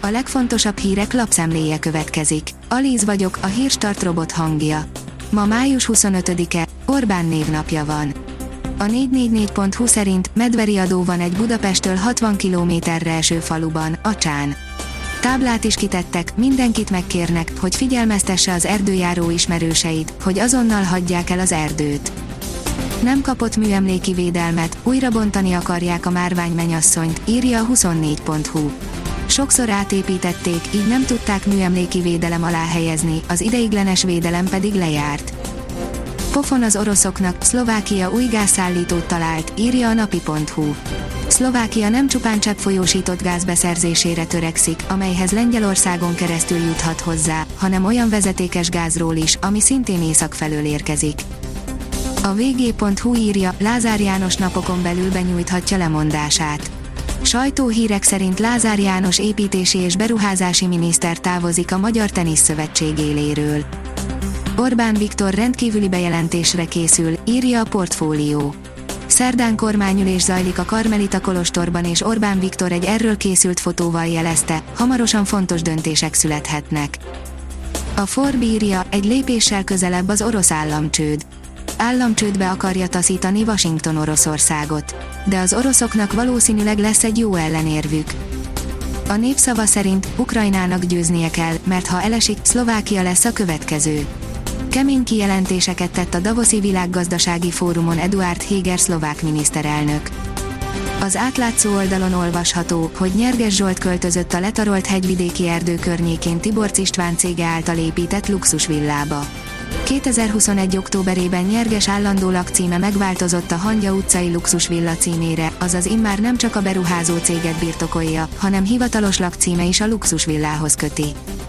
A legfontosabb hírek lapszemléje következik. Alíz vagyok, a Hírstart robot hangja. Ma május 25-e, Orbán névnapja van. A 444.hu szerint medveri adó van egy Budapesttől 60 kilométerre eső faluban, Acsán. Táblát is kitettek, mindenkit megkérnek, hogy figyelmeztesse az erdőjáró ismerőseit, hogy azonnal hagyják el az erdőt. Nem kapott műemléki védelmet, újra bontani akarják a márványmennyasszonyt, írja a 24.hu. Sokszor átépítették, így nem tudták műemléki védelem alá helyezni, az ideiglenes védelem pedig lejárt. Pofon az oroszoknak, Szlovákia új gázszállítót talált, írja a napi.hu. Szlovákia nem csupán cseppfolyósított gáz beszerzésére törekszik, amelyhez Lengyelországon keresztül juthat hozzá, hanem olyan vezetékes gázról is, ami szintén észak felől érkezik. A vg.hu írja, Lázár János napokon belül benyújthatja lemondását. Sajtóhírek szerint Lázár János építési és beruházási miniszter távozik a Magyar Teniszszövetség éléről. Orbán Viktor rendkívüli bejelentésre készül, írja a Portfólió. Szerdán kormányülés zajlik a Karmelita kolostorban, és Orbán Viktor egy erről készült fotóval jelezte, hamarosan fontos döntések születhetnek. A Forbes írja, egy lépéssel közelebb az orosz államcsőd. Államcsődbe akarja taszítani Washington Oroszországot. De az oroszoknak valószínűleg lesz egy jó ellenérvük. A Népszava szerint Ukrajnának győznie kell, mert ha elesik, Szlovákia lesz a következő. Kemény kijelentéseket tett a Davoszi Világgazdasági Fórumon Eduard Heger szlovák miniszterelnök. Az átlátszó oldalon olvasható, hogy Nyerges Zsolt költözött a letarolt hegyvidéki erdő környékén Tiborcs István cége által épített luxusvillába. 2021. októberében Nyerges állandó lakcíme megváltozott a Hangya utcai luxusvilla címére, azaz immár nem csak a beruházó céget birtokolja, hanem hivatalos lakcíme is a luxusvillához köti.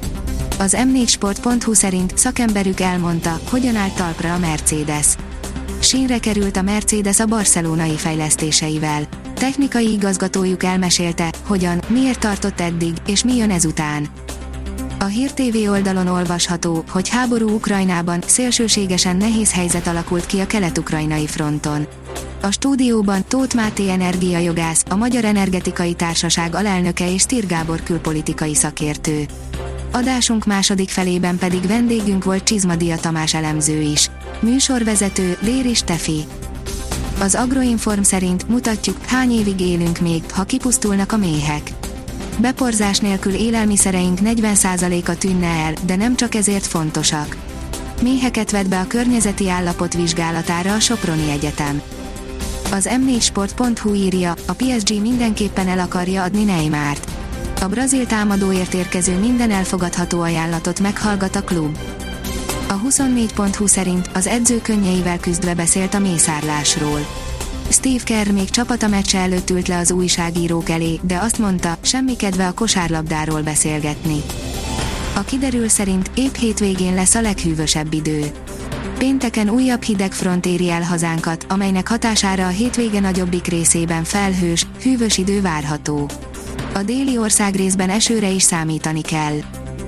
Az m4sport.hu szerint szakemberük elmondta, hogyan állt talpra a Mercedes. Sínre került a Mercedes a barcelonai fejlesztéseivel. Technikai igazgatójuk elmesélte, hogyan, miért tartott eddig, és mi jön ezután. A Hír TV oldalon olvasható, hogy háború Ukrajnában, szélsőségesen nehéz helyzet alakult ki a kelet-ukrajnai fronton. A stúdióban Tóth Máté energiajogász, a Magyar Energetikai Társaság alelnöke és Tir Gábor külpolitikai szakértő. Adásunk második felében pedig vendégünk volt Csizmadia Tamás elemző is. Műsorvezető Déri Stefi. Az Agroinform szerint mutatjuk, hány évig élünk még, ha kipusztulnak a méhek. Beporzás nélkül élelmiszereink 40%-a tűnne el, de nem csak ezért fontosak. Méheket vett be a környezeti állapot vizsgálatára a Soproni Egyetem. Az m4sport.hu írja, a PSG mindenképpen el akarja adni Neymart. A brazil támadóért érkező minden elfogadható ajánlatot meghallgat a klub. A 24.hu szerint az edző könnyeivel küzdve beszélt a mészárlásról. Steve Kerr még csapata meccse előtt ült le az újságírók elé, de azt mondta, semmi kedve a kosárlabdáról beszélgetni. A kiderül szerint épp hétvégén lesz a leghűvösebb idő. Pénteken újabb hideg front éri el hazánkat, amelynek hatására a hétvége nagyobbik részében felhős, hűvös idő várható. A déli országrészben esőre is számítani kell.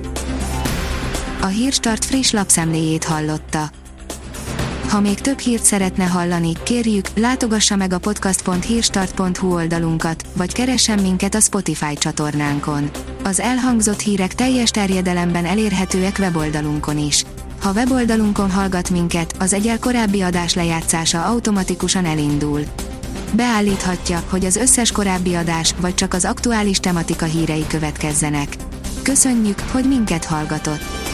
A Hírstart friss lapszemléjét hallotta. Ha még több hírt szeretne hallani, kérjük, látogassa meg a podcast.hírstart.hu oldalunkat, vagy keressen minket a Spotify csatornánkon. Az elhangzott hírek teljes terjedelemben elérhetőek weboldalunkon is. Ha weboldalunkon hallgat minket, az egyel korábbi adás lejátszása automatikusan elindul. Beállíthatja, hogy az összes korábbi adás, vagy csak az aktuális tematika hírei következzenek. Köszönjük, hogy minket hallgatott!